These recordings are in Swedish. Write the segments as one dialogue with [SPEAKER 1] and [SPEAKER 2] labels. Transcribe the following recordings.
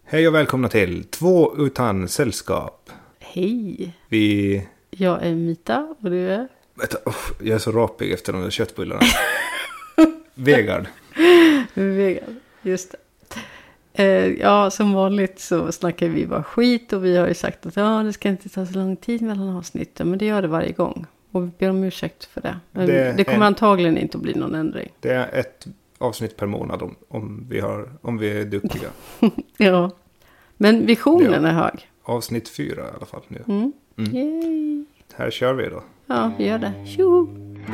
[SPEAKER 1] Hej och välkomna till 2 utan sällskap.
[SPEAKER 2] Hej.
[SPEAKER 1] Jag
[SPEAKER 2] är Mita och du är?
[SPEAKER 1] Jag är så rapig efter de där köttbullarna. Vegard,
[SPEAKER 2] just det. Ja, som vanligt så snackar vi bara skit och vi har ju sagt att det ska inte ta så lång tid mellan avsnitten, men det gör det varje gång. Och vi ber om ursäkt för det. Det kommer antagligen inte att bli någon ändring.
[SPEAKER 1] Det är ett avsnitt per månad om vi är duktiga.
[SPEAKER 2] Ja, men visionen är hög.
[SPEAKER 1] Avsnitt 4 i alla fall nu.
[SPEAKER 2] Yay.
[SPEAKER 1] Här kör vi då.
[SPEAKER 2] Ja, vi gör det. Tjo!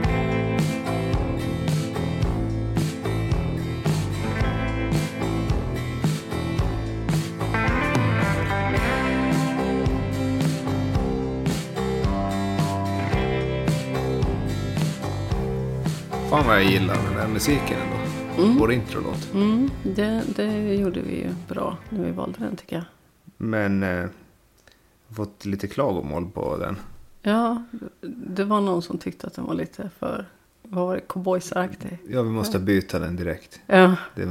[SPEAKER 1] Fan vad jag gillar den här musiken ändå. Vår introlåt.
[SPEAKER 2] Det gjorde vi ju bra när vi valde den, tycker jag.
[SPEAKER 1] Men fått lite klagomål på den.
[SPEAKER 2] Ja, det var någon som tyckte att den var lite för, vad var det, cowboysaktig.
[SPEAKER 1] Ja, vi måste byta den direkt.
[SPEAKER 2] Ja.
[SPEAKER 1] Det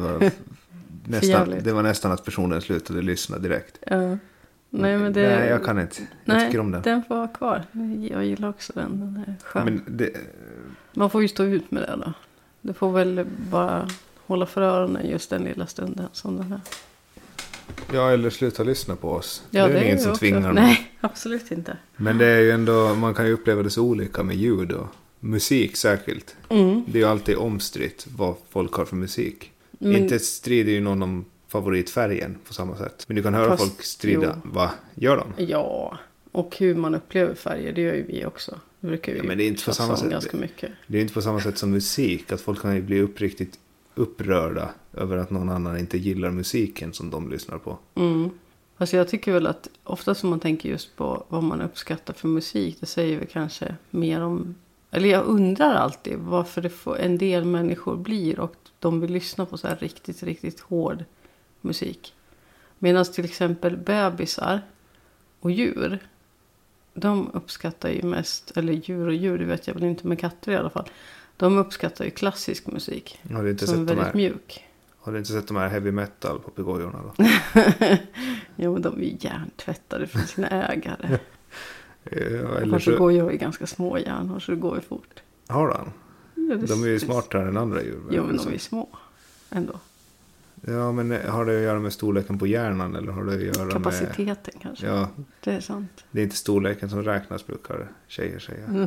[SPEAKER 1] var nästan att personen slutade lyssna direkt.
[SPEAKER 2] Ja. Nej,
[SPEAKER 1] jag kan inte. Jag tycker om den.
[SPEAKER 2] Den får vara kvar. Jag gillar också den. Den är skön. Man får ju stå ut med det då. Det får väl bara hålla för öronen just den lilla stunden som den här.
[SPEAKER 1] Ja, eller sluta lyssna på oss.
[SPEAKER 2] Ja,
[SPEAKER 1] det är ingen som tvingar dem.
[SPEAKER 2] Nej, absolut inte.
[SPEAKER 1] Men det är ju ändå, man kan ju uppleva det så olika med ljud och musik särskilt. Det är ju alltid omstritt vad folk har för musik. Inte strider ju någon om favoritfärgen på samma sätt. Men du kan höra folk strida. Vad gör de?
[SPEAKER 2] Ja, och hur man upplever färger, det gör ju vi också. Det brukar vi
[SPEAKER 1] men det är inte på samma sätt.
[SPEAKER 2] Ganska mycket.
[SPEAKER 1] Det är inte på samma sätt som musik. Att folk kan ju bli uppriktigt upprörda över att någon annan inte gillar musiken som de lyssnar på.
[SPEAKER 2] Alltså jag tycker väl att ofta som man tänker just på vad man uppskattar för musik, det säger vi kanske mer om, eller jag undrar alltid varför en del människor blir och de vill lyssna på så här riktigt, riktigt hård musik. Medan till exempel bebisar och djur, de uppskattar ju mest, eller djur, det vet jag väl inte, med katter i alla fall. De uppskattar ju klassisk musik.
[SPEAKER 1] Har du inte
[SPEAKER 2] som
[SPEAKER 1] sett
[SPEAKER 2] är väldigt mjuk.
[SPEAKER 1] Har du inte sett de här heavy metal på papegojorna då?
[SPEAKER 2] Jo, men de är ju hjärntvättade från sina ägare.
[SPEAKER 1] Eller
[SPEAKER 2] papegojor är ganska små hjärnor, så det går ju fort.
[SPEAKER 1] Har de? Ja, de är ju smartare än andra djur.
[SPEAKER 2] Jo, men de är små ändå.
[SPEAKER 1] Ja, men har det att göra med storleken på hjärnan eller har det att göra
[SPEAKER 2] kapaciteten
[SPEAKER 1] med...
[SPEAKER 2] kanske.
[SPEAKER 1] Ja.
[SPEAKER 2] Det är sant.
[SPEAKER 1] Det är inte storleken som räknas, brukar tjejer säga.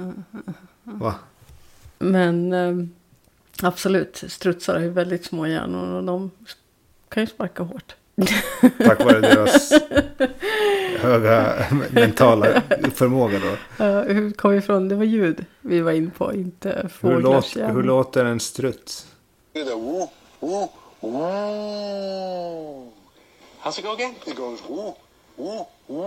[SPEAKER 1] Va?
[SPEAKER 2] Men absolut, strutsar har ju väldigt små hjärnor och de kan ju sparka hårt.
[SPEAKER 1] Tack vare deras höga mentala förmåga då.
[SPEAKER 2] Hur kom vi ifrån? Det var ljud vi var in på, inte fåglars hjärnor.
[SPEAKER 1] Hur låter en struts?
[SPEAKER 3] How's it go again? It goes woo, woo,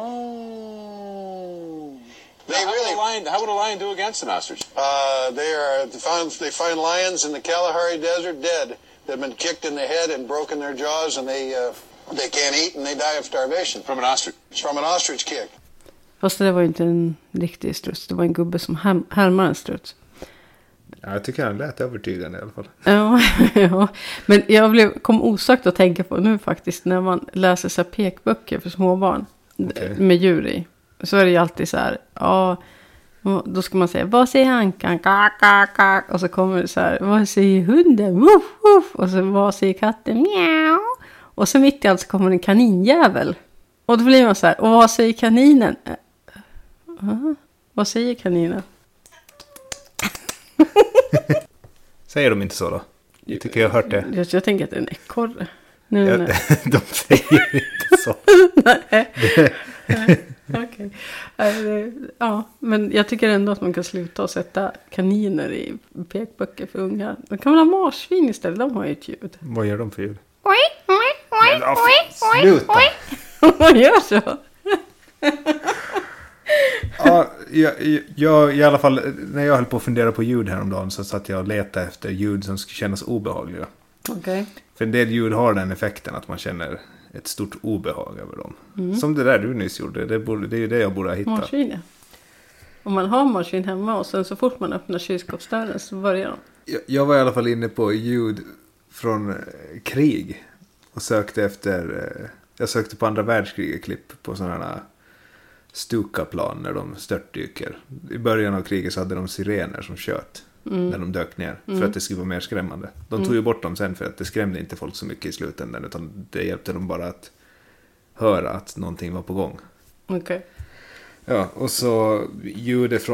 [SPEAKER 3] woo. How would a lion do against an ostrich? They find lions in the Kalahari Desert dead. They've been kicked in the head and broken their jaws, and they can't eat and they die of starvation. From an ostrich? From an ostrich kick.
[SPEAKER 2] Fast det var ju inte en riktig struts. Det var en gubbe som härmar en struts.
[SPEAKER 1] Ja, jag tycker han lät övertygande i alla fall.
[SPEAKER 2] Ja. Men jag kom osökt att tänka på nu faktiskt när man läser så här pekböcker för småbarn med djur i. Så är det ju alltid så här, då ska man säga, vad säger ankan? Kak. Och så kommer det så här, vad säger hunden? Woof, woof. Och så, vad säger katten? Mjau. Och så mitt i allt så kommer en kaninjävel. Och då blir man så här, och vad säger kaninen? Vad säger kaninen?
[SPEAKER 1] Säger de inte så då? Jag tycker jag har hört det.
[SPEAKER 2] Jag tänker att det är en ekorre.
[SPEAKER 1] De säger inte så.
[SPEAKER 2] Nej. Okej. Ja, men jag tycker ändå att man kan sluta och sätta kaniner i pekböcker för unga. De kan väl ha marsvin istället, de har ju ett ljud.
[SPEAKER 1] Vad gör de för ljud?
[SPEAKER 2] Sluta! Vad gör så?
[SPEAKER 1] Ja, jag i alla fall, när jag höll på att fundera på ljud häromdagen så satt jag och letade efter ljud som skulle kännas obehagliga.
[SPEAKER 2] Okej.
[SPEAKER 1] För en del ljud har den effekten att man känner ett stort obehag över dem. Som det där du nyss gjorde. Det är ju det jag borde ha hittat.
[SPEAKER 2] Marsvin, ja. Om man har marsvin hemma och sen så fort man öppnar kylskåpsdörren så börjar de.
[SPEAKER 1] Jag var i alla fall inne på ljud från krig och sökte efter Jag sökte på andra världskriget-klipp på sådana här Stuka-plan när de störtdyker. I början av kriget så hade de sirener som tjöt när de dök ner. För att det skulle vara mer skrämmande. De tog ju bort dem sen för att det skrämde inte folk så mycket i slutändan. Utan det hjälpte dem bara att höra att någonting var på gång.
[SPEAKER 2] Okej.
[SPEAKER 1] Ja, och så ljudet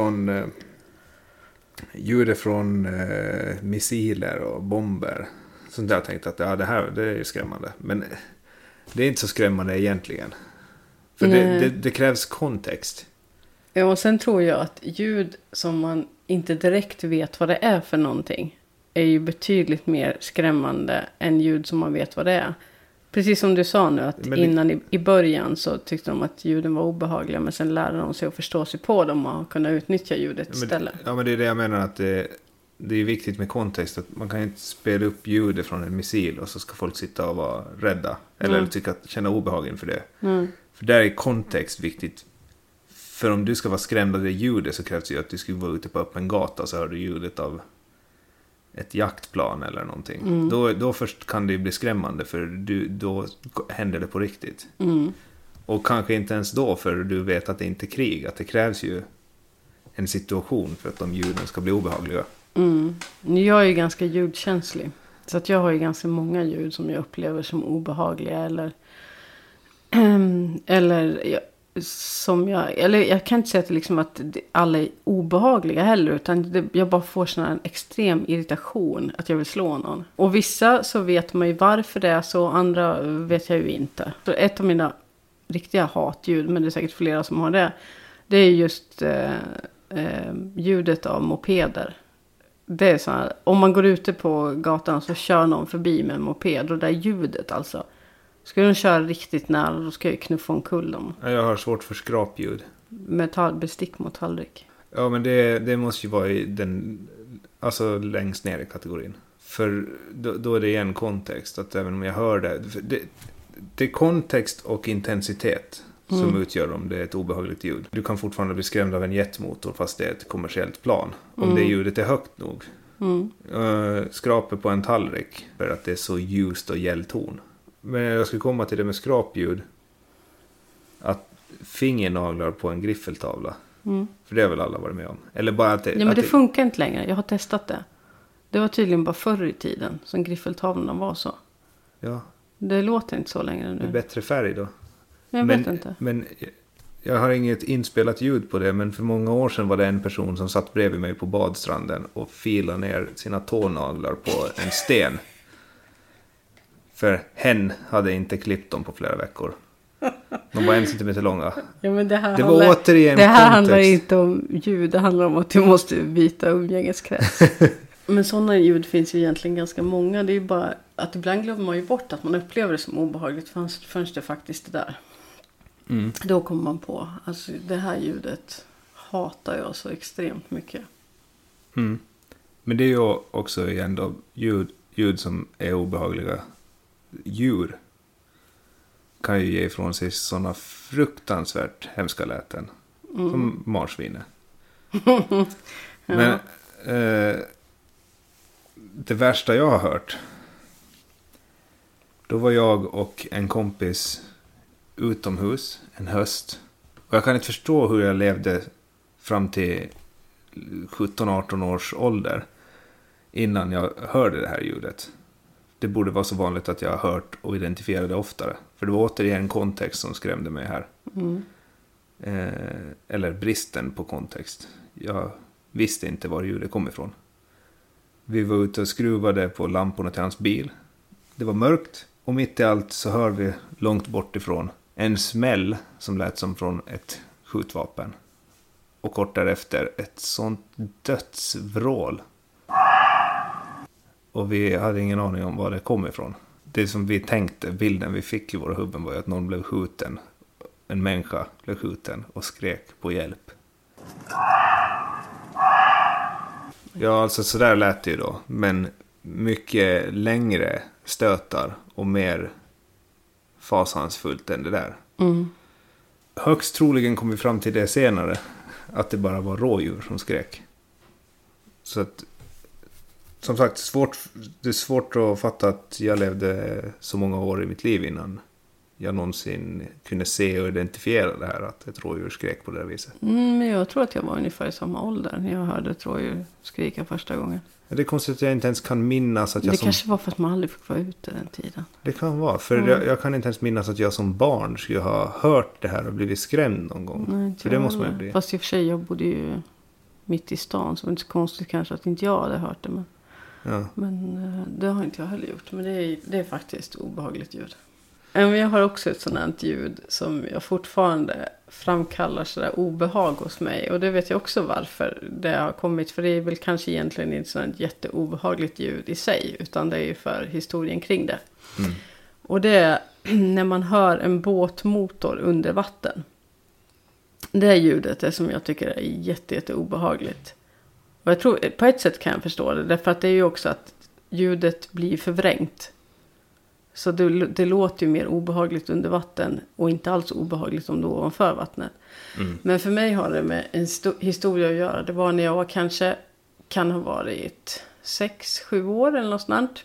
[SPEAKER 1] från missiler och bomber. Så där tänkte jag att det är ju skrämmande. Men det är inte så skrämmande egentligen. För det krävs kontext.
[SPEAKER 2] Ja, och sen tror jag att ljud som man inte direkt vet vad det är för någonting är ju betydligt mer skrämmande än ljud som man vet vad det är. Precis som du sa nu, att innan i början så tyckte de att ljuden var obehagliga, men sen lärde de sig att förstå sig på dem och kunna utnyttja ljudet istället.
[SPEAKER 1] Ja, men det är det jag menar, att det är viktigt med kontext. Att man kan inte spela upp ljudet från en missil och så ska folk sitta och vara rädda. Eller känna obehag inför det. För där är kontext viktigt. För om du ska vara skrämd av det ljudet så krävs det ju att du ska vara ute på öppen gata så hör du ljudet av ett jaktplan eller någonting. Då först kan det ju bli skrämmande, för då händer det på riktigt. Och kanske inte ens då, för du vet att det inte är krig. Att det krävs ju en situation för att de ljuden ska bli obehagliga.
[SPEAKER 2] Jag är ju ganska ljudkänslig. Så att jag har ju ganska många ljud som jag upplever som obehagliga. Eller jag kan inte säga att, liksom att alla är obehagliga heller. Utan jag bara får sån en extrem irritation att jag vill slå någon. Och vissa så vet man ju varför det är så. Andra vet jag ju inte. Så ett av mina riktiga hatljud, men det är säkert flera som har det. Det är just ljudet av mopeder. Det är så här, om man går ute på gatan så kör någon förbi med en moped. Och det där ljudet alltså. Ska de köra riktigt nära, då ska jag knuffa omkull dem.
[SPEAKER 1] Jag har svårt för skrapljud.
[SPEAKER 2] Bestick mot tallrik.
[SPEAKER 1] Ja, men det måste ju vara i alltså längst ner i kategorin. För då är det igen kontext. Att även om jag hör det är kontext och intensitet som utgör om det är ett obehagligt ljud. Du kan fortfarande bli skrämd av en jetmotor fast det är ett kommersiellt plan. Om det ljudet är högt nog. Skraper på en tallrik för att det är så ljust och gäll ton. Men jag ska komma till det med skrapljud. Att fingernaglar på en griffeltavla. För det har väl alla varit med om. Eller bara att
[SPEAKER 2] men det funkar inte längre. Jag har testat det. Det var tydligen bara förr i tiden som griffeltavlorna var så.
[SPEAKER 1] Ja.
[SPEAKER 2] Det låter inte så längre nu.
[SPEAKER 1] Det är bättre färg då.
[SPEAKER 2] Jag vet inte.
[SPEAKER 1] Men jag har inget inspelat ljud på det. Men för många år sedan var det en person som satt bredvid mig på badstranden och filade ner sina tånaglar på en sten. För hen hade inte klippt dem på flera veckor. De var 1 centimeter långa.
[SPEAKER 2] Ja, men det här
[SPEAKER 1] handlar
[SPEAKER 2] inte om ljud. Det handlar om att du måste byta umgängeskrets. Men sådana ljud finns ju egentligen ganska många. Det är ju bara att ibland glömmer man ju bort att man upplever det som obehagligt. Förrän det faktiskt är där. Då kommer man på. Alltså det här ljudet hatar jag så extremt mycket.
[SPEAKER 1] Men det är ju också ändå ljud som är obehagliga. Djur kan ju ge ifrån sig sådana fruktansvärt hemska läten. Som marsvinet. Men det värsta jag har hört, då var jag och en kompis utomhus en höst. Och jag kan inte förstå hur jag levde fram till 17-18 års ålder innan jag hörde det här ljudet. Det borde vara så vanligt att jag har hört och identifierade oftare. För det var återigen en kontext som skrämde mig här. Eller bristen på kontext. Jag visste inte var ljudet kom ifrån. Vi var ute och skruvade på lamporna till hans bil. Det var mörkt. Och mitt i allt så hör vi långt bort ifrån en smäll som lät som från ett skjutvapen. Och kort därefter ett sånt dödsvrål. Och vi hade ingen aning om var det kom ifrån. Det som vi tänkte, bilden vi fick i våra hubben var ju att någon blev skjuten. En människa blev skjuten och skrek på hjälp. Ja, alltså sådär lät det ju då. Men mycket längre stötar och mer fasansfullt än det där. Högst troligen kom vi fram till det senare. Att det bara var rådjur som skrek. Så att, som sagt, det är svårt att fatta att jag levde så många år i mitt liv innan jag någonsin kunde se och identifiera det här, att ett rådjur skrek på det viset.
[SPEAKER 2] Men jag tror att jag var ungefär i samma ålder när jag hörde ett rådjur skrika första gången.
[SPEAKER 1] Det är konstigt att jag inte ens kan minnas att jag
[SPEAKER 2] det kanske var för att man aldrig fick vara ute den tiden.
[SPEAKER 1] Det kan vara, för jag kan inte ens minnas att jag som barn skulle ha hört det här och blivit skrämd någon gång.
[SPEAKER 2] Nej,
[SPEAKER 1] för det måste man ju bli.
[SPEAKER 2] Fast i och för sig, jag bodde ju mitt i stan, så det var inte så konstigt kanske att inte jag hade hört det. Men det har inte jag heller gjort. Men det är faktiskt obehagligt ljud. Men jag har också ett sådant här ljud som jag fortfarande framkallar sådär obehag hos mig. Och det vet jag också varför det har kommit. För det är väl kanske egentligen inte sådant jätteobehagligt ljud i sig. Utan det är ju för historien kring det. Mm. Och det är när man hör en båtmotor under vatten. Det ljudet är som jag tycker är jätte obehagligt. Och jag tror, på ett sätt kan jag förstå det. Därför att det är ju också att ljudet blir förvrängt. Så det låter ju mer obehagligt under vatten. Och inte alls obehagligt om det är ovanför vattnet. Mm. Men för mig har det med en historia att göra. Det var när jag kan ha varit 6-7 år eller något sånt.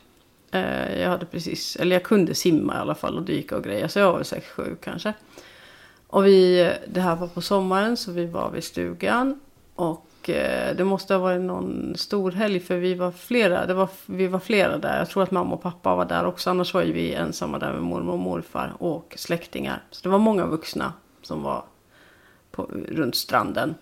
[SPEAKER 2] Jag kunde simma i alla fall och dyka och grejer. Så jag var 6-7 kanske. Och det här var på sommaren, så vi var vid stugan. Och det måste ha varit någon stor helg, för vi var flera där. Jag tror att mamma och pappa var där också. Annars var ju vi ensamma där med mormor och morfar och släktingar. Så det var många vuxna som var runt stranden.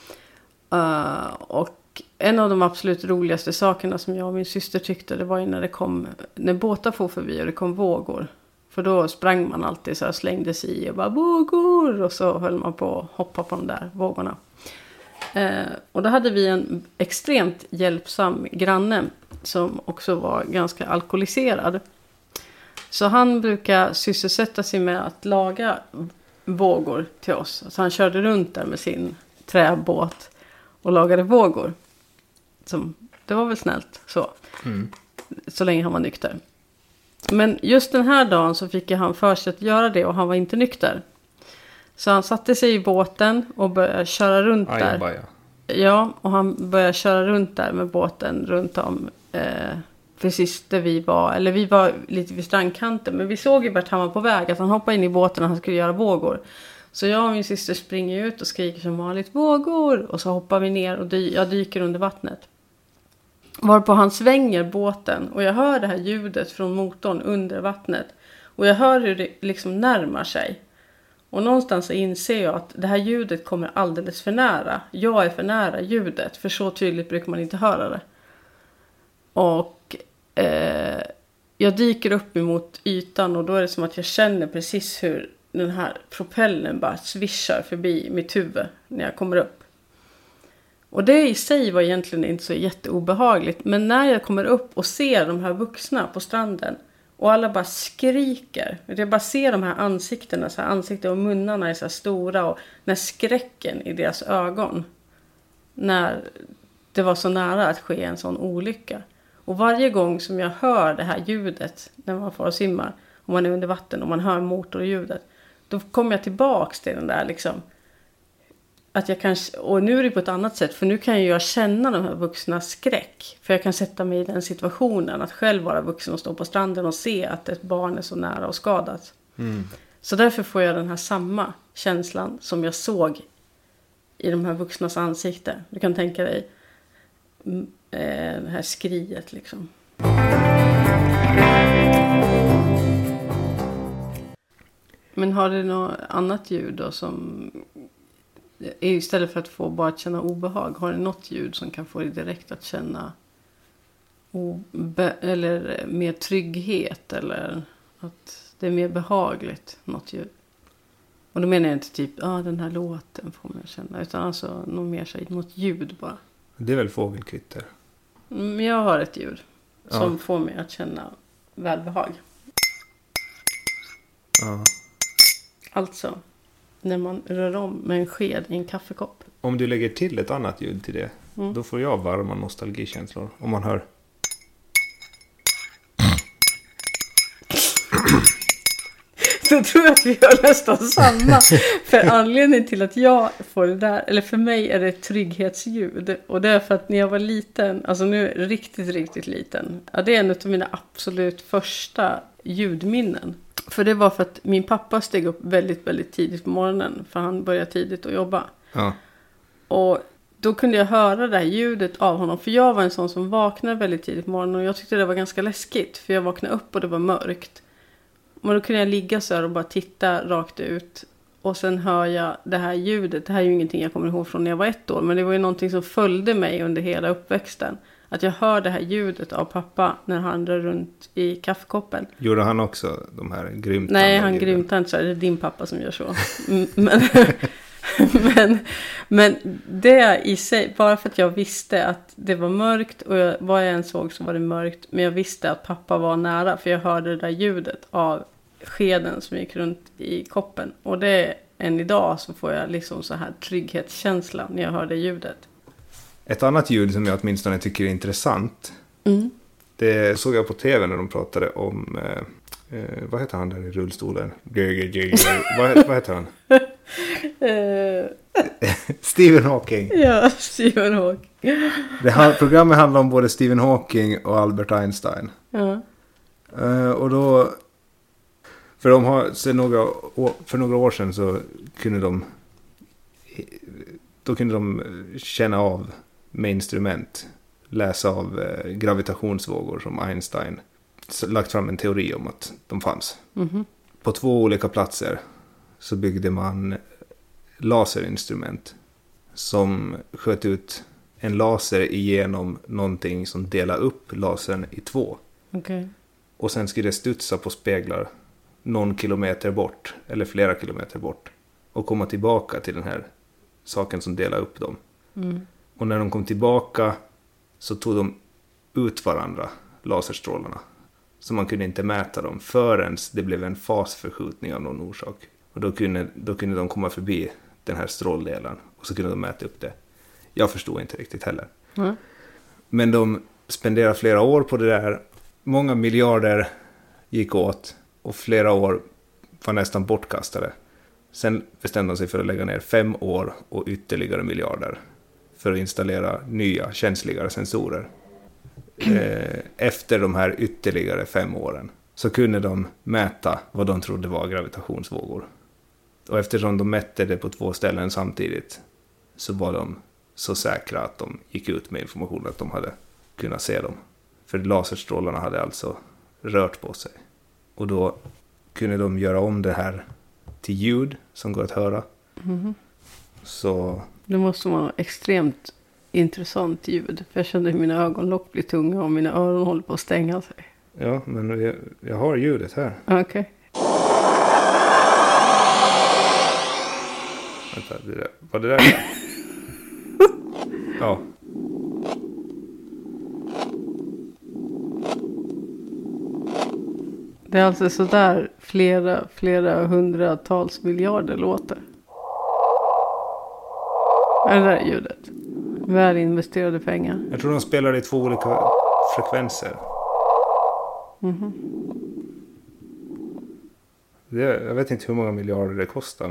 [SPEAKER 2] Och en av de absolut roligaste sakerna som jag och min syster tyckte, det var ju när båtar får förbi och det kom vågor. För då sprang man alltid så här, slängde sig i och bara vågor. Och så höll man på att hoppa på de där vågorna. Och då hade vi en extremt hjälpsam granne som också var ganska alkoholiserad. Så han brukar sysselsätta sig med att laga vågor till oss. Så han körde runt där med sin träbåt och lagade vågor. Det var väl snällt så. Mm. Så länge han var nykter. Men just den här dagen så fick han för sig att göra det och han var inte nykter. Så han satte sig i båten och började köra runt där. Ja, och han började köra runt där med båten runt om precis där vi var. Eller vi var lite vid strandkanten, men vi såg ju att han var på väg. Att han hoppade in i båten och han skulle göra vågor. Så jag och min syster springer ut och skriker som vanligt vågor. Och så hoppar vi ner och jag dyker under vattnet. Varpå han svänger båten och jag hör det här ljudet från motorn under vattnet. Och jag hör hur det liksom närmar sig. Och någonstans så inser jag att det här ljudet kommer alldeles för nära. Jag är för nära ljudet, för så tydligt brukar man inte höra det. Och jag dyker upp emot ytan och då är det som att jag känner precis hur den här propellen bara svischar förbi mitt huvud när jag kommer upp. Och det i sig var egentligen inte så jätteobehagligt. Men när jag kommer upp och ser de här vuxna på stranden. Och alla bara skriker. Jag bara ser de här ansiktena. Så här ansikten och munnarna är så här stora. Och när skräcken i deras ögon. När det var så nära att ske en sån olycka. Och varje gång som jag hör det här ljudet. När man får simma. Och man är under vatten och man hör motorljudet. Då kommer jag tillbaks till den där liksom. Att jag kanske, och nu är det på ett annat sätt. För nu kan jag känna de här vuxna skräck. För jag kan sätta mig i den situationen. Att själv vara vuxen och stå på stranden och se att ett barn är så nära och skadat. Mm. Så därför får jag den här samma känslan som jag såg i de här vuxnas ansikte. Du kan tänka dig det här skriet liksom. Men har du något annat ljud då som... Istället för att få bara att känna obehag, har du något ljud som kan få dig direkt att känna eller mer trygghet eller att det är mer behagligt, något ljud? Och då menar jag inte typ, den här låten får man känna, utan alltså något mer så, något ljud bara.
[SPEAKER 1] Det är väl fågelkvitter?
[SPEAKER 2] Jag har ett ljud som får mig att känna välbehag.
[SPEAKER 1] Ja.
[SPEAKER 2] Alltså... när man rör om med en sked i en kaffekopp.
[SPEAKER 1] Om du lägger till ett annat ljud till det. Då får jag varma nostalgikänslor. Om man hör.
[SPEAKER 2] Då tror jag att vi gör nästan samma. För anledningen till att jag får det där. Eller för mig är det ett trygghetsljud. Och det är för att när jag var liten. Alltså nu riktigt liten. Ja, det är en av mina absolut första ljudminnen. För det var för att min pappa steg upp väldigt, väldigt tidigt på morgonen. För han började tidigt att jobba.
[SPEAKER 1] Ja.
[SPEAKER 2] Och då kunde jag höra det här ljudet av honom. För jag var en sån som vaknade väldigt tidigt på morgonen. Och jag tyckte det var ganska läskigt. För jag vaknade upp och det var mörkt. Men då kunde jag ligga så här och bara titta rakt ut. Och sen hör jag det här ljudet. Det här är ju ingenting jag kommer ihåg från när jag var 1 år. Men det var ju någonting som följde mig under hela uppväxten. Att jag hör det här ljudet av pappa när han rör runt i kaffekoppen.
[SPEAKER 1] Gjorde han också de här grymtande?
[SPEAKER 2] Nej, han grymtar inte så. Det är din pappa som gör så. Men det i sig, bara för att jag visste att det var mörkt. Och vad jag än såg så var det mörkt. Men jag visste att pappa var nära. För jag hörde det där ljudet av skeden som gick runt i koppen. Och det än idag så får jag liksom så här trygghetskänsla när jag hör det ljudet.
[SPEAKER 1] Ett annat ljud som jag åtminstone tycker är intressant. Det såg jag på tv när de pratade om vad heter han där i rullstolen? Vad heter han? Stephen Hawking.
[SPEAKER 2] Ja, Stephen Hawking.
[SPEAKER 1] Programmet handlar om både Stephen Hawking och Albert Einstein.
[SPEAKER 2] Ja.
[SPEAKER 1] Och då för några år sedan så kunde de känna av med instrument, läsa av gravitationsvågor som Einstein lagt fram en teori om att de fanns. På 2 olika platser så byggde man laserinstrument som sköt ut en laser igenom någonting som delar upp lasern i 2.
[SPEAKER 2] Okay.
[SPEAKER 1] Och sen skulle det studsa på speglar någon kilometer bort eller flera kilometer bort och komma tillbaka till den här saken som delar upp dem. Och när de kom tillbaka så tog de ut varandra, laserstrålarna. Så man kunde inte mäta dem förrän det blev en fasförskjutning av någon orsak. Och då kunde de komma förbi den här stråldelen och så kunde de mäta upp det. Jag förstod inte riktigt heller. Men de spenderade flera år på det där. Många miljarder gick åt och flera år var nästan bortkastade. Sen bestämde de sig för att lägga ner 5 år och ytterligare miljarder för att installera nya känsligare sensorer. Efter de här ytterligare 5 åren så kunde de mäta vad de trodde var gravitationsvågor. Och eftersom de mätte det på 2 ställen samtidigt så var de så säkra att de gick ut med information att de hade kunnat se dem. För laserstrålarna hade alltså rört på sig. Och då kunde de göra om det här till ljud som går att höra. Så
[SPEAKER 2] det måste vara extremt intressant ljud. För jag kände hur mina ögonlock blir tunga och mina öron håller på att stänga sig.
[SPEAKER 1] Ja, men jag har ljudet här.
[SPEAKER 2] Okej. Okay.
[SPEAKER 1] Vänta, var det där? Ja.
[SPEAKER 2] Det är alltså sådär flera hundratals miljarder låter. Är det där ljudet? Väl investerade pengar.
[SPEAKER 1] Jag tror de spelar i 2 olika frekvenser. Jag vet inte hur många miljarder det kostar,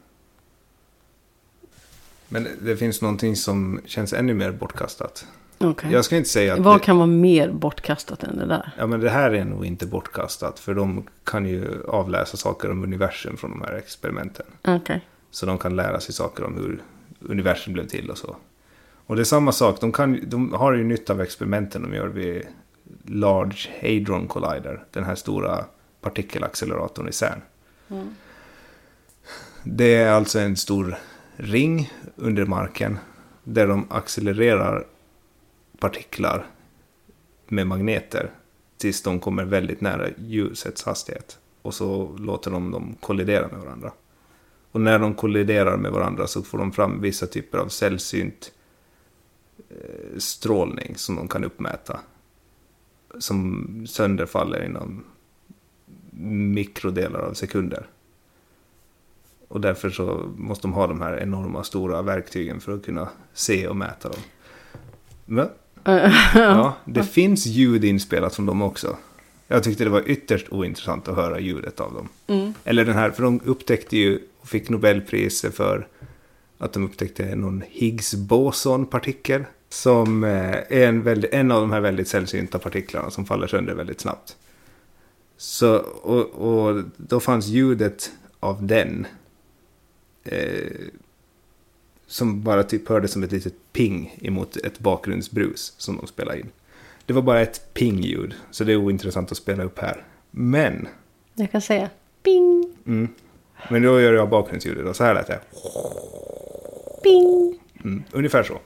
[SPEAKER 1] men det finns någonting som känns ännu mer bortkastat.
[SPEAKER 2] Okay.
[SPEAKER 1] Jag ska inte säga att
[SPEAKER 2] vad kan vara mer bortkastat än det där?
[SPEAKER 1] Ja, men det här är nog inte bortkastat. För de kan ju avläsa saker om universum från de här experimenten.
[SPEAKER 2] Okay. Så
[SPEAKER 1] de kan lära sig saker om hur universum blev till och så. Och det är samma sak. De har ju nytta av experimenten de gör vid Large Hadron Collider. Den här stora partikelacceleratorn i CERN. Det är alltså en stor ring under marken där de accelererar partiklar med magneter tills de kommer väldigt nära ljusets hastighet. Och så låter de dem kollidera med varandra. Och när de kolliderar med varandra så får de fram vissa typer av sällsynt strålning som de kan uppmäta. Som sönderfaller inom mikrodelar av sekunder. Och därför så måste de ha de här enorma stora verktygen för att kunna se och mäta dem. Men, ja, det finns ljud inspelat från dem också. Jag tyckte det var ytterst ointressant att höra ljudet av dem. Eller den här, för de upptäckte ju och fick Nobelpriset för att de upptäckte någon Higgs-boson-partikel som är en av de här väldigt sällsynta partiklarna som faller sönder väldigt snabbt. Så, och då fanns ljudet av den som bara typ hördes som ett litet ping emot ett bakgrundsbrus som de spelade in. Det var bara ett ping-ljud, så det är ointressant att spela upp här. Men...
[SPEAKER 2] Jag kan säga ping.
[SPEAKER 1] Men då gör jag bakgrundsljudet och så här lät det.
[SPEAKER 2] Ping.
[SPEAKER 1] Ungefär så.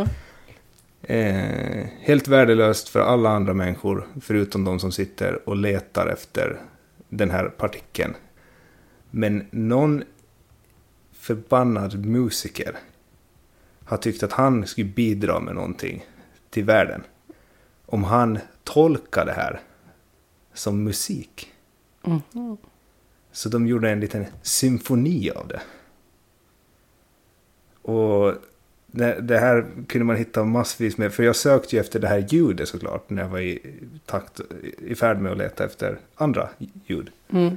[SPEAKER 1] Helt värdelöst för alla andra människor förutom de som sitter och letar efter den här partikeln. Men någon förbannad musiker har tyckt att han skulle bidra med någonting till världen. Om han tolkar det här som musik. Så de gjorde en liten symfoni av det. Och det här kunde man hitta massvis med. För jag sökte ju efter det här ljudet såklart. När jag var i färd med att leta efter andra ljud.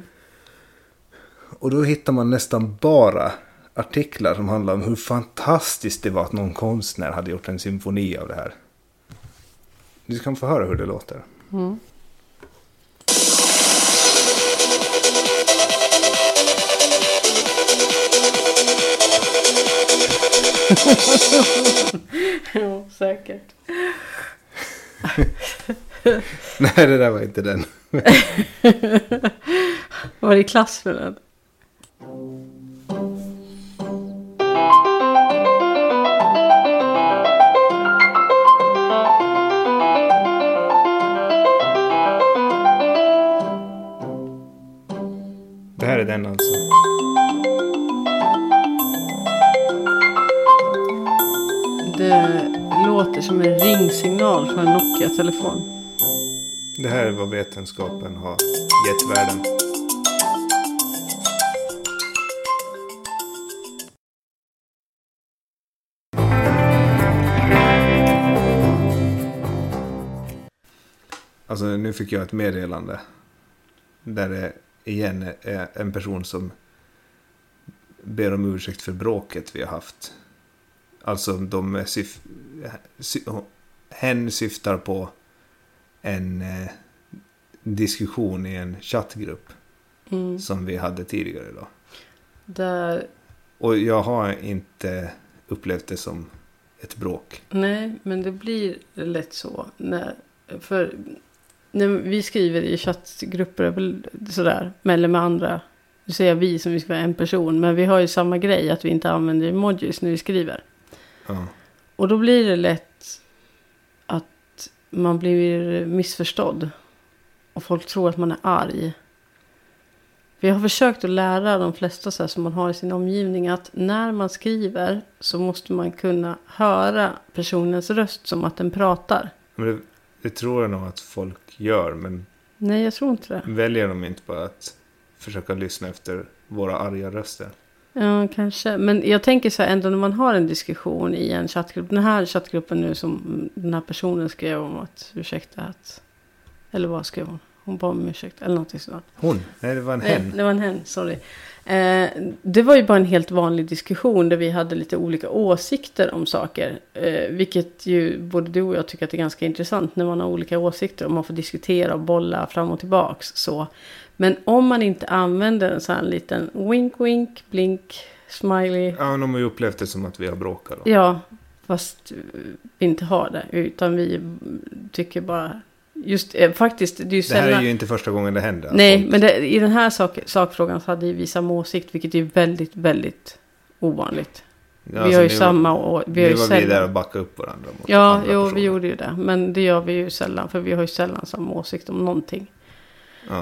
[SPEAKER 1] Och då hittar man nästan bara artiklar som handlar om hur fantastiskt det var att någon konstnär hade gjort en symfoni av det här. Du kan få höra hur det låter.
[SPEAKER 2] Ja, säkert.
[SPEAKER 1] Nej, det där var inte den.
[SPEAKER 2] Var det i klass för den?
[SPEAKER 1] Det här är den alltså.
[SPEAKER 2] Det låter som en ringsignal från en Nokia-telefon.
[SPEAKER 1] Det här är vad vetenskapen har gett världen. Alltså nu fick jag ett meddelande. Där det igen är en person som ber om ursäkt för bråket vi har haft. Alltså hen syftar på en diskussion i en chattgrupp som vi hade tidigare idag.
[SPEAKER 2] Där...
[SPEAKER 1] Och jag har inte upplevt det som ett bråk.
[SPEAKER 2] Nej, men det blir lätt så. För när vi skriver i chattgrupper sådär, eller med andra, nu säger vi som vi ska vara en person, men vi har ju samma grej att vi inte använder emojis när vi skriver.
[SPEAKER 1] Ja.
[SPEAKER 2] Och då blir det lätt att man blir missförstådd. Och folk tror att man är arg. Vi har försökt att lära de flesta så här, som man har i sin omgivning att när man skriver så måste man kunna höra personens röst som att den pratar.
[SPEAKER 1] Men det tror jag nog att folk gör, men
[SPEAKER 2] nej, jag tror inte det.
[SPEAKER 1] Väljer de inte bara att försöka lyssna efter våra arga röster?
[SPEAKER 2] Ja, kanske. Men jag tänker så här, ändå när man har en diskussion i en chattgrupp. Den här chattgruppen nu som den här personen skrev om att ursäkta att... Eller vad skrev hon? Hon bad om ursäkt eller någonting sådant.
[SPEAKER 1] Hon? Nej, det var en hen.
[SPEAKER 2] Det var en hen, sorry. Det var ju bara en helt vanlig diskussion där vi hade lite olika åsikter om saker. Vilket ju både du och jag tycker att det är ganska intressant när man har olika åsikter och man får diskutera och bolla fram och tillbaks. Så. Men om man inte använder en sån här liten wink, wink, blink, smiley.
[SPEAKER 1] Ja, de har ju upplevt det som att vi har bråkat då.
[SPEAKER 2] Ja, fast vi inte har det. Utan vi tycker bara... Just faktiskt, det är ju sällan...
[SPEAKER 1] Det här är ju inte första gången det händer.
[SPEAKER 2] Nej, men i den här sakfrågan så hade vi samma åsikt, vilket är väldigt, väldigt ovanligt.
[SPEAKER 1] Ja,
[SPEAKER 2] vi har ju samma... Och vi har ju
[SPEAKER 1] sällan... vi där och backa upp varandra.
[SPEAKER 2] Ja, jo, vi gjorde ju det. Men det gör vi ju sällan, för vi har ju sällan samma åsikt om någonting.
[SPEAKER 1] Ja.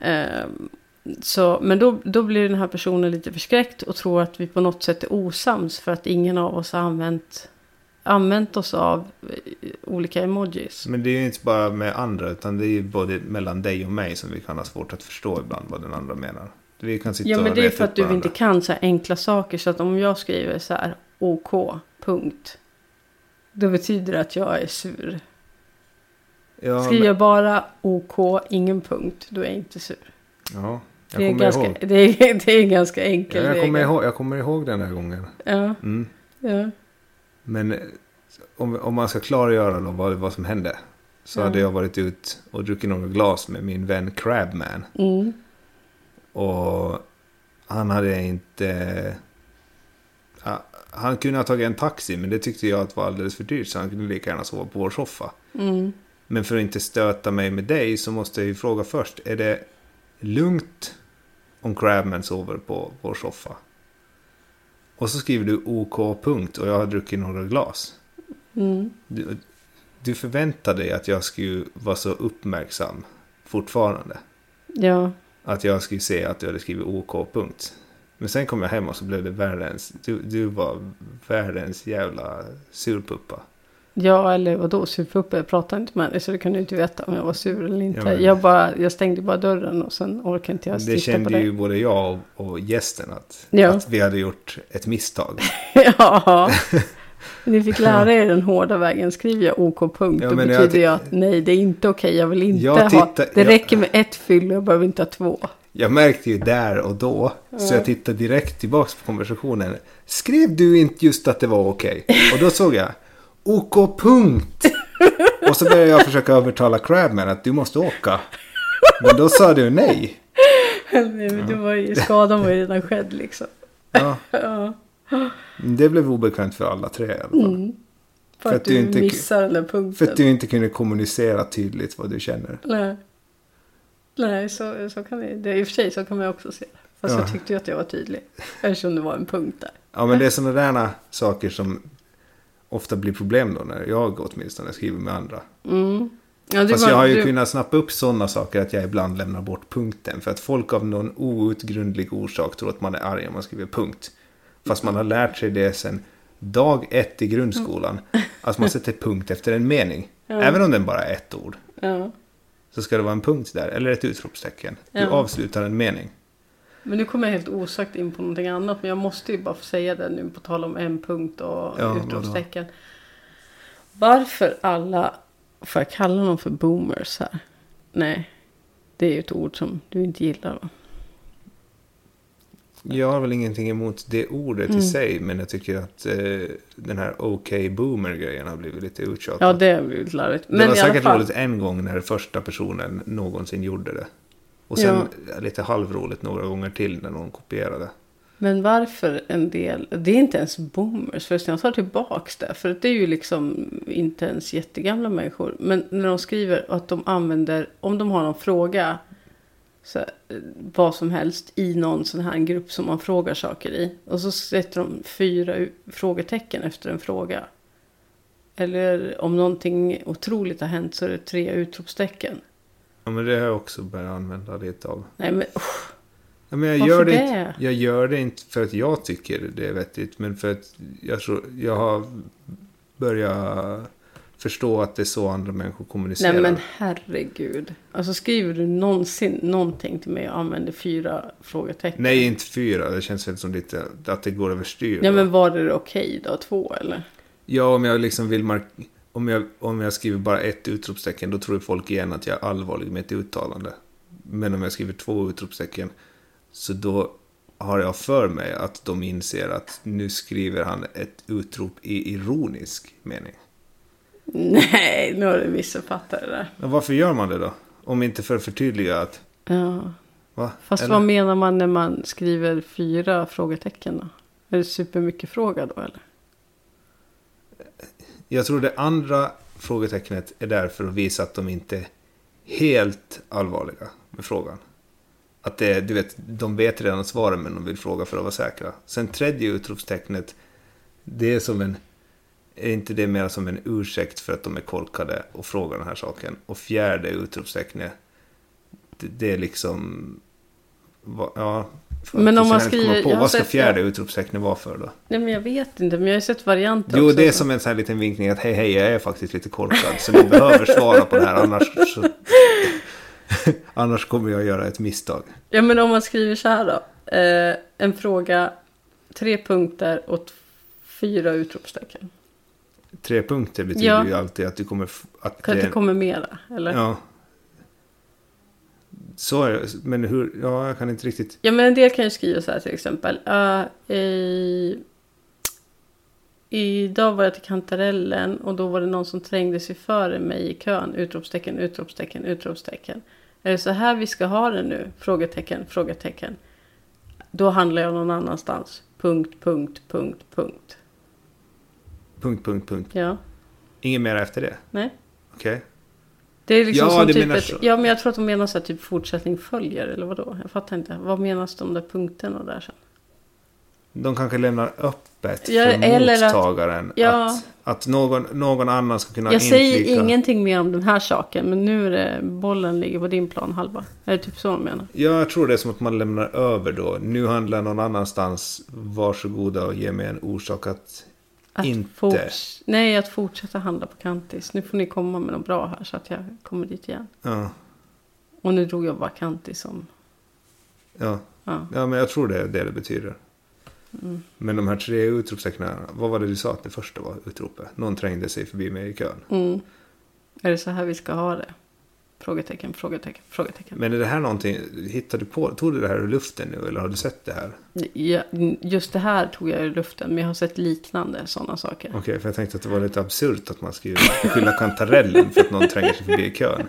[SPEAKER 2] Men då blir den här personen lite förskräckt och tror att vi på något sätt är osams för att ingen av oss har använt oss av olika emojis.
[SPEAKER 1] Men det är ju inte bara med andra, utan det är ju både mellan dig och mig som vi kan ha svårt att förstå ibland vad den andra menar. Vi kan sitta
[SPEAKER 2] men
[SPEAKER 1] och
[SPEAKER 2] det är för att du
[SPEAKER 1] varandra.
[SPEAKER 2] inte kan så här enkla saker. Så att om jag skriver så här OK, punkt. Då betyder det att jag är sur.
[SPEAKER 1] Ja,
[SPEAKER 2] Skriver jag bara OK, ingen punkt, då är jag inte sur.
[SPEAKER 1] Ja,
[SPEAKER 2] Det är en ganska enkel regel.
[SPEAKER 1] Jag kommer ihåg den här gången.
[SPEAKER 2] Ja.
[SPEAKER 1] Mm.
[SPEAKER 2] Ja.
[SPEAKER 1] Men om man ska klargöra då vad som hände. så hade jag varit ut och druckit några glas med min vän Crabman. Och han hade inte... Han kunde ha tagit en taxi, men det tyckte jag att var alldeles för dyrt, så han kunde lika gärna sova på vår soffa. Men för att inte stöta mig med dig så måste jag ju fråga först, är det lugnt om Crabman sover på vår soffa? Och så skriver du OK punkt och jag har druckit några glas. Du förväntade dig att jag skulle vara så uppmärksam fortfarande.
[SPEAKER 2] Ja.
[SPEAKER 1] Att jag skulle se att du hade skrivit OK punkt. Men sen kom jag hem och så blev det världens... Du var världens jävla surpuppa.
[SPEAKER 2] Ja, eller vadå surpuppa? Jag pratade inte med dig, så du kan ju inte veta om jag var sur eller inte.
[SPEAKER 1] Ja, men...
[SPEAKER 2] jag stängde bara dörren och sen orkade inte jag titta på dig.
[SPEAKER 1] Det kände ju både jag och gästen att vi hade gjort ett misstag.
[SPEAKER 2] Ja, ni fick lära er den hårda vägen. Skriver jag OK punkt, då betyder jag att nej, det är inte okej. Jag vill inte ha... Det räcker med ett fyll och jag behöver inte ha 2.
[SPEAKER 1] Jag märkte ju där och då, så jag tittade direkt tillbaka på konversationen. Skrev du inte just att det var okej? Och då såg jag OK punkt. Och så började jag försöka övertala Crabman att du måste åka. Men då sa du nej.
[SPEAKER 2] Men du var ju, skadan var ju redan skedd liksom.
[SPEAKER 1] Ja. Det blev obekvämt för alla tre i alla fall.
[SPEAKER 2] För att du inte missar den där punkten.
[SPEAKER 1] För att du inte kunde kommunicera tydligt vad du känner.
[SPEAKER 2] Nej, så kan det. I och för sig så kan man också se det. Fast jag tyckte ju att jag var tydlig. Eftersom det var en punkt där.
[SPEAKER 1] Ja, men det är sådana där saker som ofta blir problem då när jag åtminstone skriver med andra. Ja, fast jag har ju kunnat snappa upp sådana saker att jag ibland lämnar bort punkten. För att folk av någon outgrundlig orsak tror att man är arg om man skriver punkt. Fast man har lärt sig det sedan dag 1 i grundskolan. Att man sätter punkt efter en mening. Även om den bara är ett ord. Så ska det vara en punkt där. Eller ett utropstecken. Du avslutar en mening.
[SPEAKER 2] Men nu kommer jag helt osagt in på någonting annat. Men jag måste ju bara få säga det nu på tal om en punkt och utropstecken. Varför alla... Får jag kalla dem för boomers här? Nej. Det är ju ett ord som du inte gillar då.
[SPEAKER 1] Jag har väl ingenting emot det ordet i sig. Men jag tycker att den här boomer-grejen har blivit lite uttjatad.
[SPEAKER 2] Ja, det har blivit larvigt.
[SPEAKER 1] Det var säkert roligt en gång när första personen någonsin gjorde det. Och sen lite halvroligt några gånger till när någon kopierade.
[SPEAKER 2] Men varför en del... Det är inte ens boomers. Förresten, jag tar tillbaks det. För det är ju liksom inte ens jättegamla människor. Men när de skriver att de använder... Om de har någon fråga... Så, vad som helst i någon sån här grupp som man frågar saker i. Och så sätter de 4 frågetecken efter en fråga. Eller om någonting otroligt har hänt så är det 3 utropstecken. Ja,
[SPEAKER 1] men det har jag också börjat använda lite av.
[SPEAKER 2] Nej, men...
[SPEAKER 1] Ja, men jag gör det inte för att jag tycker det är vettigt. Men för att jag har börjat förstå att det är så andra människor kommunicerar.
[SPEAKER 2] Nej, men herregud. Alltså skriver du någonsin någonting till mig och använder 4 frågetecken?
[SPEAKER 1] Nej, inte 4. Det känns väl som lite att det går överstyr.
[SPEAKER 2] Ja, men var det okej då? 2 eller?
[SPEAKER 1] Ja, om jag liksom vill om jag skriver bara 1 utropstecken, då tror folk igen att jag är allvarlig med ett uttalande. Men om jag skriver 2 utropstecken, så då har jag för mig att de inser att nu skriver han ett utrop i ironisk mening.
[SPEAKER 2] Nej, nu har du missuppfattat det där.
[SPEAKER 1] Men varför gör man det då? Om inte för att förtydliga att...
[SPEAKER 2] Ja.
[SPEAKER 1] Va?
[SPEAKER 2] Fast eller? Vad menar man när man skriver 4 frågetecken då? Är det supermycket fråga då eller?
[SPEAKER 1] Jag tror det andra frågetecknet är där för att visa att de inte är helt allvarliga med frågan. Att det, du vet, de vet redan svaren men de vill fråga för att vara säkra. Sen tredje utropstecknet, det är som en... Är inte det mer som en ursäkt för att de är kolkade och frågar den här saken? Och fjärde utropstecknet, det är liksom... Ja,
[SPEAKER 2] men om man skriver...
[SPEAKER 1] vad ska fjärde utropstecknet vara för då?
[SPEAKER 2] Nej, men jag vet inte, men jag har ju sett varianter
[SPEAKER 1] också. Jo, det är
[SPEAKER 2] så.
[SPEAKER 1] Som en sån här liten vinkning att hej, jag är faktiskt lite korkad. Så ni behöver svara på det här, annars kommer jag göra ett misstag.
[SPEAKER 2] Ja, men om man skriver så här då. En fråga, 3 punkter och 4 utropstecken.
[SPEAKER 1] 3 punkter betyder ju alltid att du kommer... Att
[SPEAKER 2] det kommer mera, eller?
[SPEAKER 1] Ja. Så är det. Men hur... Ja, jag kan inte riktigt...
[SPEAKER 2] Ja, men en del kan ju skriva så här till exempel. idag var jag till kantarellen och då var det någon som trängde sig före mig i kön. Utropstecken, utropstecken, utropstecken. Är det så här vi ska ha det nu? Frågetecken, frågetecken. Då handlar jag någon annanstans. Punkt, punkt, punkt, punkt.
[SPEAKER 1] Punkt, punkt, punkt.
[SPEAKER 2] Ja.
[SPEAKER 1] Inget mer efter det?
[SPEAKER 2] Nej.
[SPEAKER 1] Okej.
[SPEAKER 2] Det är liksom
[SPEAKER 1] Ja,
[SPEAKER 2] som
[SPEAKER 1] det
[SPEAKER 2] typ
[SPEAKER 1] menar så.
[SPEAKER 2] ja, men jag tror att de menar så här, typ fortsättning följer eller vadå? Jag fattar inte. Vad menas de där punkterna där sen?
[SPEAKER 1] De kanske lämnar öppet
[SPEAKER 2] Ja,
[SPEAKER 1] för
[SPEAKER 2] eller
[SPEAKER 1] mottagaren att någon annan ska kunna
[SPEAKER 2] jag säger
[SPEAKER 1] inflika.
[SPEAKER 2] ingenting mer om den här saken, men nu är det bollen ligger på din plan halva. Är det typ så de menar?
[SPEAKER 1] Jag tror det är som att man lämnar över då. Nu handlar någon annanstans. Varsågoda och ge mig en orsak att inte.
[SPEAKER 2] Nej, att fortsätta handla på Kantis. Nu får ni komma med något bra här så att jag kommer dit igen.
[SPEAKER 1] Ja.
[SPEAKER 2] Och nu drog jag bara Kantis som...
[SPEAKER 1] Ja, men jag tror det är det betyder.
[SPEAKER 2] Mm.
[SPEAKER 1] Men de här 3 utropstecknen, vad var det du sa att det första var utropet? Någon trängde sig förbi mig i kön.
[SPEAKER 2] Mm. Är det så här vi ska ha det? Frågetecken, frågetecken, frågetecken.
[SPEAKER 1] Men är det här någonting, tog du det här ur luften nu eller har du sett det här?
[SPEAKER 2] Ja, just det här tog jag ur luften, men jag har sett liknande sådana saker.
[SPEAKER 1] Okej, för jag tänkte att det var lite absurt att man skulle skylla kantarellen för att någon tränger sig förbi i kön.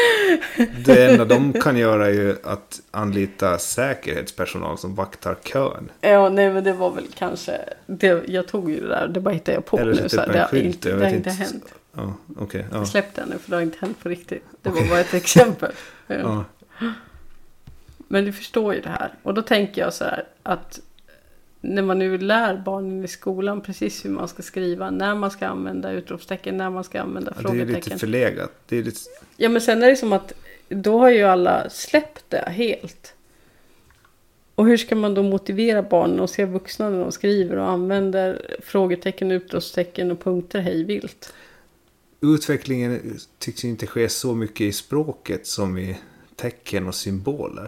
[SPEAKER 1] Det enda de kan göra är ju att anlita säkerhetspersonal som vaktar kön.
[SPEAKER 2] Ja, nej, men det var väl kanske... jag tog ju det där, det bara hittade jag på
[SPEAKER 1] eller
[SPEAKER 2] nu. Så
[SPEAKER 1] det har
[SPEAKER 2] inte hänt.
[SPEAKER 1] Ja, okej. Ja.
[SPEAKER 2] Jag släppte den nu för det har inte hänt på riktigt. Det var bara ett exempel.
[SPEAKER 1] Ja.
[SPEAKER 2] Men du förstår ju det här. Och då tänker jag så här att när man nu lär barnen i skolan precis hur man ska skriva, när man ska använda utropstecken, när man ska använda frågetecken.
[SPEAKER 1] Det är lite förlegat. Det är lite...
[SPEAKER 2] Ja, men sen är det som att då har ju alla släppt det helt. Och hur ska man då motivera barnen och se vuxna när de skriver och använder frågetecken, utropstecken och punkter hej vilt?
[SPEAKER 1] Utvecklingen tycks inte ske så mycket i språket som i tecken och symboler.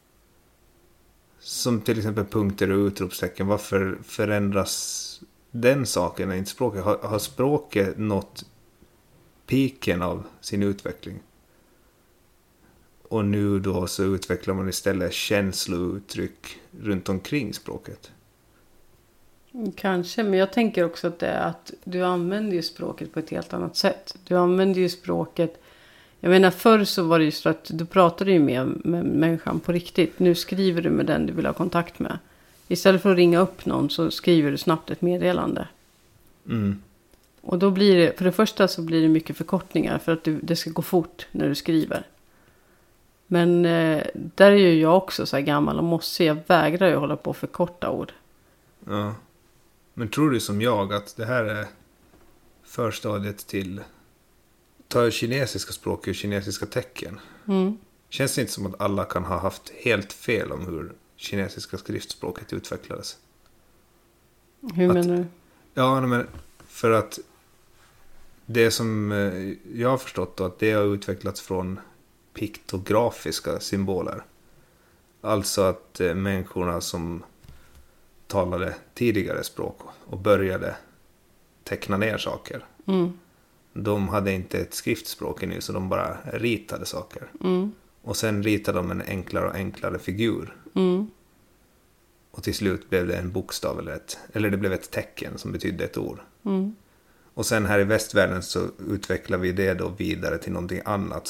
[SPEAKER 1] Som till exempel punkter och utropstecken. Varför förändras den saken när inte språket? Har språket nått piken av sin utveckling? Och nu då så utvecklar man istället känslouttryck runt omkring språket.
[SPEAKER 2] Kanske, men jag tänker också att det är att du använder ju språket på ett helt annat sätt. Du använder ju språket... Jag menar, förr så var det ju så att du pratade ju med människan på riktigt. Nu skriver du med den du vill ha kontakt med. Istället för att ringa upp någon så skriver du snabbt ett meddelande.
[SPEAKER 1] Mm.
[SPEAKER 2] Och då blir det, för det första så blir det mycket förkortningar för att det ska gå fort när du skriver. Men där är ju jag också så här gammal och mossig. Jag vägrar ju hålla på och förkorta ord.
[SPEAKER 1] Ja. Men tror du som jag att det här är förstadiet till... Ta kinesiska språk och kinesiska tecken.
[SPEAKER 2] Mm.
[SPEAKER 1] Känns det inte som att alla kan ha haft helt fel om hur kinesiska skriftspråket utvecklades?
[SPEAKER 2] Hur menar du?
[SPEAKER 1] Ja, men för att det som jag har förstått då, att det har utvecklats från piktografiska symboler. Alltså att människorna som talade tidigare språk och började teckna ner saker.
[SPEAKER 2] Mm.
[SPEAKER 1] De hade inte ett skriftspråk ännu, så de bara ritade saker.
[SPEAKER 2] Mm.
[SPEAKER 1] Och sen ritade de en enklare och enklare figur.
[SPEAKER 2] Mm.
[SPEAKER 1] Och till slut blev det en bokstav eller det blev ett tecken som betydde ett ord.
[SPEAKER 2] Mm.
[SPEAKER 1] Och sen här i västvärlden så utvecklar vi det då vidare till någonting annat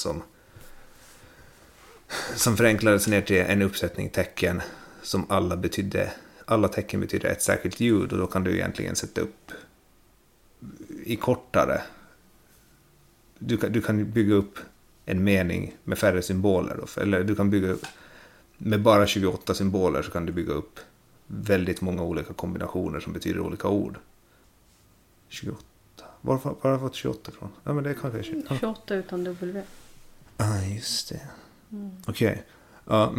[SPEAKER 1] som förenklades ner till en uppsättning tecken som alla tecken betyder ett särskilt ljud, och då kan du egentligen sätta upp i kortare. Du kan bygga upp en mening med färre symboler då, eller du kan bygga upp med bara 28 symboler, så kan du bygga upp väldigt många olika kombinationer som betyder olika ord. 28. Var har jag fått 28 från? Ja, men det kanske är 28.
[SPEAKER 2] 28 utan W.
[SPEAKER 1] Just det. Mm. Okej. Ja,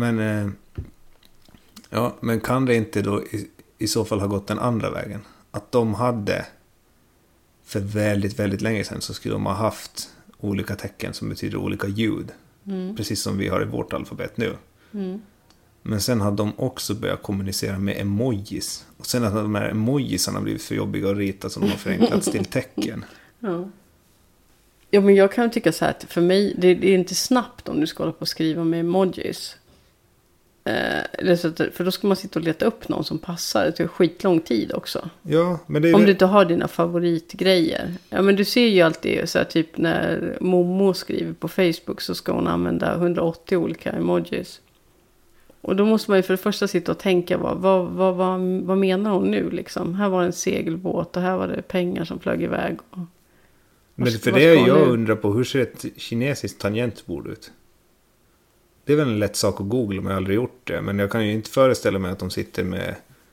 [SPEAKER 1] men kan det inte då i så fall ha gått den andra vägen? Att de hade för väldigt, väldigt länge sedan så skulle de ha haft olika tecken som betyder olika ljud. Mm. Precis som vi har i vårt alfabet nu. Mm. Men sen hade de också börjat kommunicera med emojis. Och sen hade de här emojisarna blivit för jobbiga att rita, som de har förenklats till tecken.
[SPEAKER 2] Ja, men jag kan tycka så här att för mig, det är inte snabbt om du ska hålla på och skriva med emojis. För då ska man sitta och leta upp någon som passar. Det tar skitlång tid också.
[SPEAKER 1] Ja, men det är
[SPEAKER 2] om du inte har dina favoritgrejer. Ja, men du ser ju alltid så här, typ när Momo skriver på Facebook så ska hon använda 180 olika emojis. Och då måste man ju för det första sitta och tänka vad menar hon nu liksom? Här var en segelbåt och här var det pengar som flög iväg.
[SPEAKER 1] Men för det jag undrar på, hur ser ett kinesiskt tangentbord ut? Det är väl en lätt sak att googla, men jag har aldrig gjort det. Men jag kan ju inte föreställa mig att de sitter med...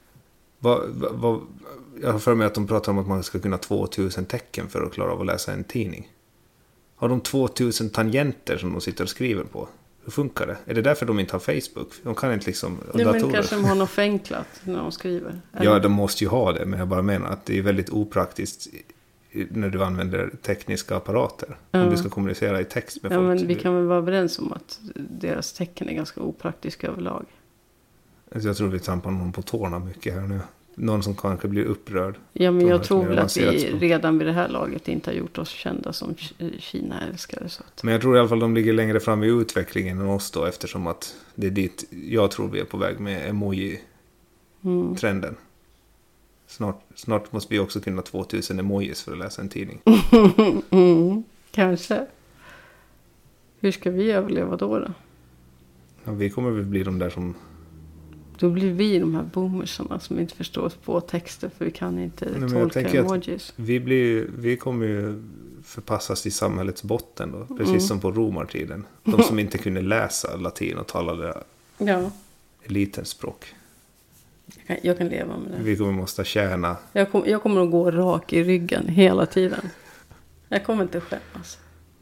[SPEAKER 1] Jag har för mig att de pratar om att man ska kunna 2000 tecken för att klara av att läsa en tidning. Har de 2000 tangenter som de sitter och skriver på? Hur funkar det? Är det därför de inte har Facebook? De kan inte liksom...
[SPEAKER 2] Nej, men kanske de har något förenklat när de skriver.
[SPEAKER 1] Ja, de måste ju ha det. Men jag bara menar att det är väldigt opraktiskt när du använder tekniska apparater. Om du ska kommunicera i text med folk.
[SPEAKER 2] Ja, men vi kan väl vara överens om att deras tecken är ganska opraktiska överlag.
[SPEAKER 1] Alltså jag tror vi trampar någon på tårna mycket här nu. Någon som kanske blir upprörd.
[SPEAKER 2] Ja, men jag tror väl att vi redan vid det här laget inte har gjort oss kända som Kina-älskare. Så att...
[SPEAKER 1] Men jag tror i alla fall de ligger längre fram i utvecklingen än oss då. Eftersom att det är dit jag tror vi är på väg med emoji-trenden. Snart måste vi också kunna 2000 emojis för att läsa en tidning.
[SPEAKER 2] Kanske. Hur ska vi överleva då?
[SPEAKER 1] Ja, vi kommer väl bli de där som...
[SPEAKER 2] Då blir vi de här boomersarna som inte förstår på texter för vi kan inte tolka emojis.
[SPEAKER 1] Vi kommer ju förpassas till samhällets botten då. Precis som på romartiden. De som inte kunde läsa latin och talade elitens språk.
[SPEAKER 2] Jag kan leva med det.
[SPEAKER 1] Vi kommer måste tjäna.
[SPEAKER 2] Jag kommer att gå rak i ryggen hela tiden. Jag kommer inte skämmas.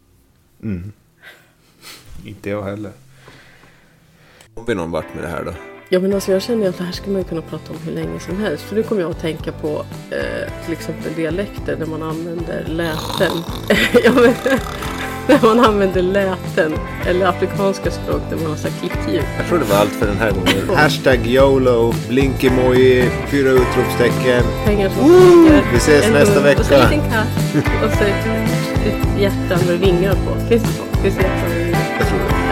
[SPEAKER 1] Inte jag heller.
[SPEAKER 4] Har vi någon vart med det här då?
[SPEAKER 2] Ja, men alltså jag känner att det här ska man ju kunna prata om hur länge som helst. För nu kommer jag att tänka på till exempel dialekter där man använder läten. Där man använder läten. Eller afrikanska språk där man har så här klickljud.
[SPEAKER 4] Jag tror det var allt för den här gången.
[SPEAKER 1] Hashtag YOLO, blink-emoji, 4 utropstecken.
[SPEAKER 2] Pengar som flyger.
[SPEAKER 1] Vi ses nästa vecka.
[SPEAKER 2] Och så en liten katt. Och så ett hjärta med vingar på. Finns det så? Finns det hjärta med vingar?
[SPEAKER 1] Jag tror det.